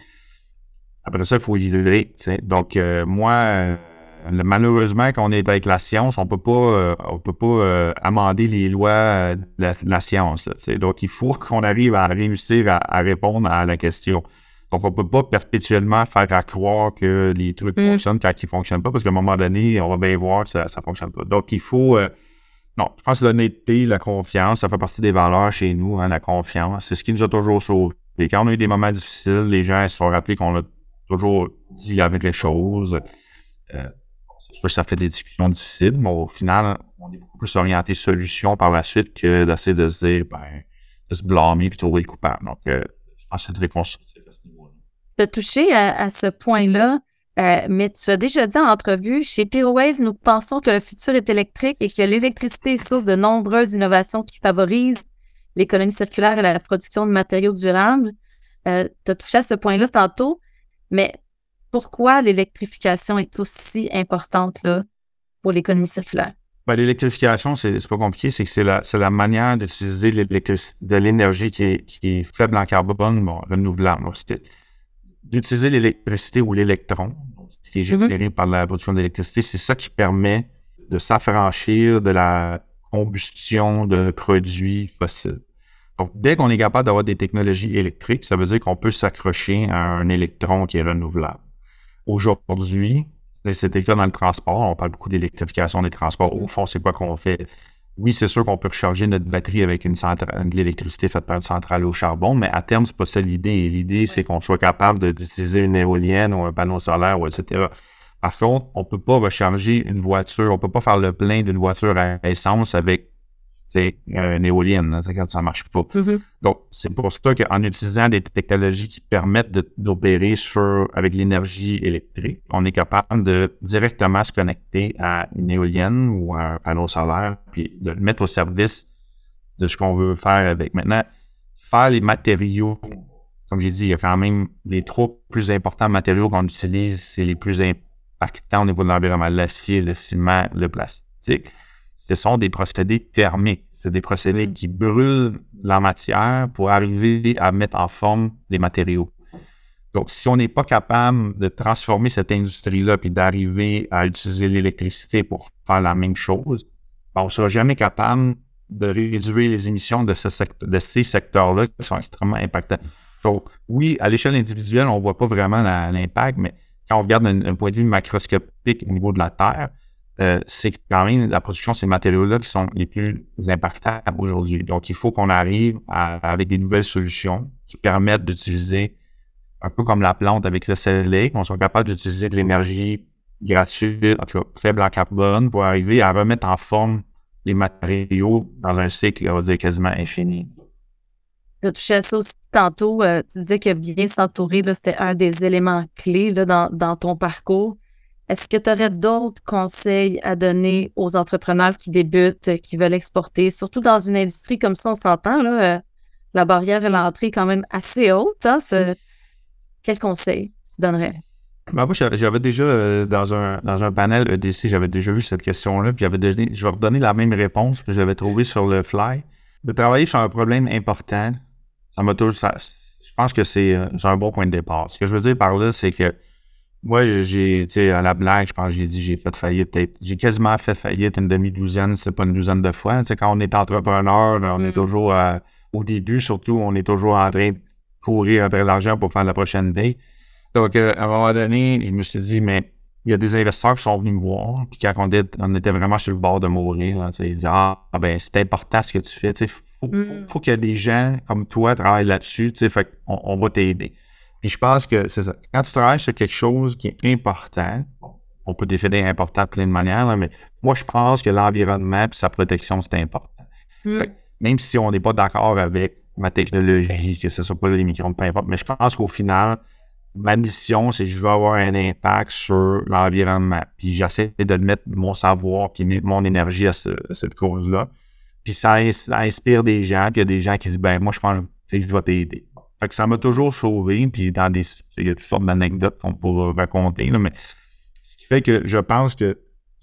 après ça, il faut livrer. T'sais. Donc, euh, moi, euh, malheureusement, quand on est avec la science, on peut pas, euh, on peut pas euh, amender les lois euh, de, la, de la science. Là, donc, il faut qu'on arrive à réussir à, à répondre à la question. Donc, on ne peut pas perpétuellement faire à croire que les trucs Mm. fonctionnent quand ils ne fonctionnent pas, parce qu'à un moment donné, on va bien voir que ça ne fonctionne pas. Donc, il faut... Euh, non, je pense que l'honnêteté, la confiance, ça fait partie des valeurs chez nous, hein, la confiance. C'est ce qui nous a toujours sauvés. Et quand on a eu des moments difficiles, les gens se sont rappelés qu'on a toujours dit la vraie chose. Euh, c'est sûr que ça fait des discussions difficiles, mais au final, on est beaucoup plus orienté solution par la suite que d'essayer de se dire, ben, de se blâmer et trouver le coupable. Donc, euh, je pense que c'est très constructif à ce niveau-là. Tu as touché à, à ce point-là, euh, mais tu as déjà dit en entrevue, chez PyroWave, nous pensons que le futur est électrique et que l'électricité est source de nombreuses innovations qui favorisent l'économie circulaire et la production de matériaux durables. Euh, tu as touché à ce point-là tantôt, mais pourquoi l'électrification est aussi importante là, pour l'économie circulaire? Ben, l'électrification, c'est, c'est pas compliqué, c'est que c'est la, c'est la manière d'utiliser de l'énergie qui est, qui est faible en carbone, bon, renouvelable. Donc, c'est d'utiliser l'électricité ou l'électron, ce qui est généré mm-hmm. par la production d'électricité, c'est ça qui permet de s'affranchir de la combustion de produits fossiles. Donc, dès qu'on est capable d'avoir des technologies électriques, ça veut dire qu'on peut s'accrocher à un électron qui est renouvelable. Aujourd'hui, c'était le cas dans le transport, on parle beaucoup d'électrification des transports. Au fond, c'est quoi qu'on fait? Oui, c'est sûr qu'on peut recharger notre batterie avec une centrale, de l'électricité faite par une centrale au charbon, mais à terme, c'est pas ça l'idée. L'idée, ouais. c'est qu'on soit capable de, d'utiliser une éolienne ou un panneau solaire, ou et cetera. Par contre, on peut pas recharger une voiture, on peut pas faire le plein d'une voiture à essence avec c'est une éolienne, hein, quand ça ne marche pas. Mm-hmm. Donc, c'est pour ça qu'en utilisant des technologies qui permettent de, d'opérer sur, avec l'énergie électrique, on est capable de directement se connecter à une éolienne ou à un panneau solaire, puis de le mettre au service de ce qu'on veut faire avec. Maintenant, faire les matériaux, comme j'ai dit, il y a quand même les trois plus importants matériaux qu'on utilise, c'est les plus impactants au niveau de l'environnement, l'acier, le ciment, le plastique. Ce sont des procédés thermiques. C'est des procédés qui brûlent la matière pour arriver à mettre en forme les matériaux. Donc, si on n'est pas capable de transformer cette industrie-là puis d'arriver à utiliser l'électricité pour faire la même chose, ben on ne sera jamais capable de réduire les émissions de, ce sect- de ces secteurs-là qui sont extrêmement impactants. Donc, oui, à l'échelle individuelle, on ne voit pas vraiment la, l'impact, mais quand on regarde un, un point de vue macroscopique au niveau de la Terre, Euh, c'est quand même la production de ces matériaux-là qui sont les plus impactables aujourd'hui. Donc, il faut qu'on arrive à, avec des nouvelles solutions qui permettent d'utiliser, un peu comme la plante avec le soleil, qu'on soit capable d'utiliser de l'énergie gratuite, en tout cas faible en carbone, pour arriver à remettre en forme les matériaux dans un cycle, on va dire, quasiment infini. Tu as touché à ça aussi tantôt. Euh, tu disais que bien s'entourer, là, c'était un des éléments clés là, dans, dans ton parcours. Est-ce que tu aurais d'autres conseils à donner aux entrepreneurs qui débutent, qui veulent exporter, surtout dans une industrie comme ça, on s'entend, là, euh, la barrière à l'entrée est quand même assez haute. Hein, ce... Quel conseil tu donnerais? Ben moi, j'avais déjà, euh, dans, un, dans un panel E D C, j'avais déjà vu cette question-là, puis j'avais donné, je vais redonner la même réponse que j'avais trouvée sur le fly. De travailler sur un problème important, ça m'a toujours... Ça, je pense que c'est, c'est un bon point de départ. Ce que je veux dire par là, c'est que moi, j'ai, tu sais, à la blague, je pense que j'ai dit, j'ai fait faillite, peut-être, j'ai quasiment fait faillite une demi-douzaine, c'est pas une douzaine de fois. Tu sais, quand on est entrepreneur, on mm. est toujours, euh, au début, surtout, on est toujours en train de courir après l'argent pour faire la prochaine veille. Donc, euh, à un moment donné, je me suis dit, mais il y a des investisseurs qui sont venus me voir, puis quand on était, on était vraiment sur le bord de mourir, là, tu sais, ils disaient, ah, ben, c'est important ce que tu fais, tu sais, faut, mm. faut, faut qu'il y ait des gens comme toi qui travaillent là-dessus, tu sais, fait qu'on on va t'aider. Puis je pense que c'est ça. Quand tu travailles sur quelque chose qui est important, on peut définir important de plein de manières, là, mais moi, je pense que l'environnement et sa protection, c'est important. Mm. Fait, même si on n'est pas d'accord avec ma technologie, que ce ne soit pas les microns, peu importe, mais je pense qu'au final, ma mission, c'est que je veux avoir un impact sur l'environnement. Puis j'essaie de mettre mon savoir et mon énergie à, ce, à cette cause-là. Puis ça, ça inspire des gens, puis il y a des gens qui disent, ben moi, je pense que je vais t'aider. Fait que ça m'a toujours sauvé, puis dans des... Il y a toutes sortes d'anecdotes qu'on pourra raconter, là, mais ce qui fait que je pense que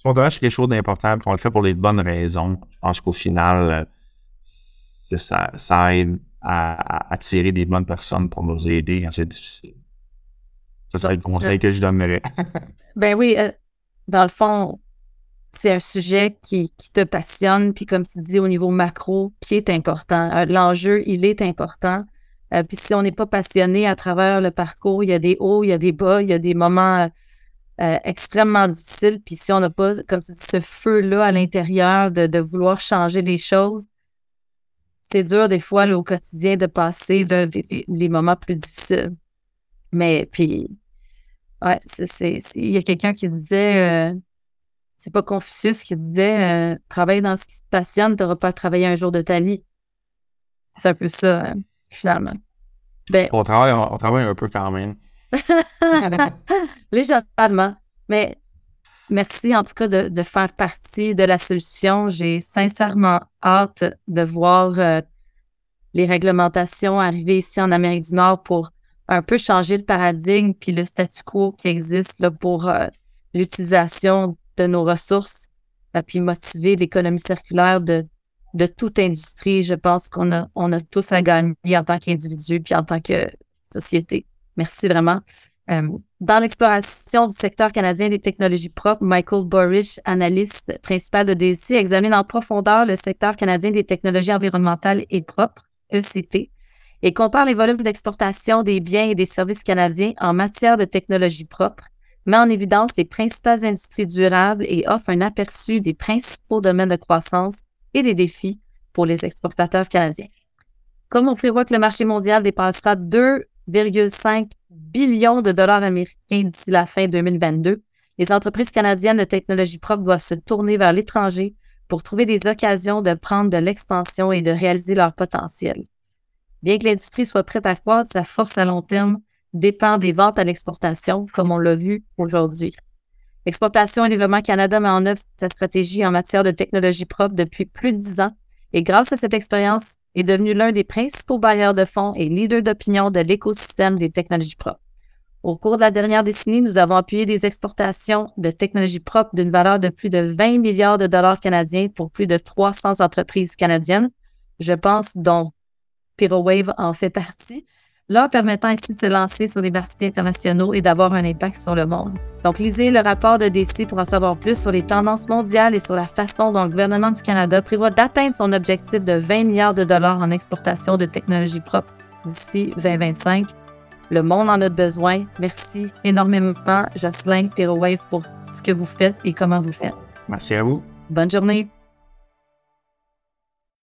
sondage, c'est quelque chose d'important, puis on le fait pour les bonnes raisons. Je pense qu'au final, euh, ça, ça aide à, à attirer des bonnes personnes pour nous aider quand c'est difficile. Ça serait le conseil que je donnerais. Ben oui, euh, dans le fond, c'est un sujet qui, qui te passionne, puis comme tu dis, au niveau macro, qui est important. Euh, l'enjeu, il est important. Euh, puis si on n'est pas passionné à travers le parcours, il y a des hauts, il y a des bas, il y a des moments euh, extrêmement difficiles. Puis si on n'a pas, comme tu dis, ce feu-là à l'intérieur de, de vouloir changer les choses, c'est dur des fois là, au quotidien de passer là, les, les moments plus difficiles. Mais puis, ouais, c'est, c'est, c'est- il y a quelqu'un qui disait, euh, c'est pas Confucius qui disait, euh, travaille dans ce qui te passionne, tu n'auras pas à travailler un jour de ta vie. C'est un peu ça, euh, finalement. Ben, On travaille, on travaille un peu quand même. légèrement. Mais merci en tout cas de, de faire partie de la solution. J'ai sincèrement hâte de voir euh, les réglementations arriver ici en Amérique du Nord pour un peu changer le paradigme puis le statu quo qui existe là, pour euh, l'utilisation de nos ressources euh, puis motiver l'économie circulaire de, de toute industrie. Je pense qu'on a, on a tous à gagner en tant qu'individu puis en tant que société. Merci vraiment. Euh, dans l'exploration du secteur canadien des technologies propres, Michael Borish, analyste principal de D C, examine en profondeur le secteur canadien des technologies environnementales et propres, E C T, et compare les volumes d'exportation des biens et des services canadiens en matière de technologies propres, met en évidence les principales industries durables et offre un aperçu des principaux domaines de croissance et des défis pour les exportateurs canadiens. Comme on prévoit que le marché mondial dépassera deux virgule cinq billions de dollars américains d'ici la fin deux mille vingt-deux, les entreprises canadiennes de technologie propre doivent se tourner vers l'étranger pour trouver des occasions de prendre de l'expansion et de réaliser leur potentiel. Bien que l'industrie soit prête à croître, sa force à long terme dépend des ventes à l'exportation, comme on l'a vu aujourd'hui. Exportation et Développement Canada met en œuvre sa stratégie en matière de technologie propre depuis plus de dix ans et grâce à cette expérience, est devenu l'un des principaux bailleurs de fonds et leader d'opinion de l'écosystème des technologies propres. Au cours de la dernière décennie, nous avons appuyé des exportations de technologies propres d'une valeur de plus de vingt milliards de dollars canadiens pour plus de trois cents entreprises canadiennes. Je pense dont PyroWave en fait partie, leur permettant ainsi de se lancer sur les marchés internationaux et d'avoir un impact sur le monde. Donc, lisez le rapport de D C pour en savoir plus sur les tendances mondiales et sur la façon dont le gouvernement du Canada prévoit d'atteindre son objectif de vingt milliards de dollars en exportation de technologies propres d'ici vingt vingt-cinq. Le monde en a besoin. Merci énormément, Jocelyn, PyroWave, pour ce que vous faites et comment vous faites. Merci à vous. Bonne journée.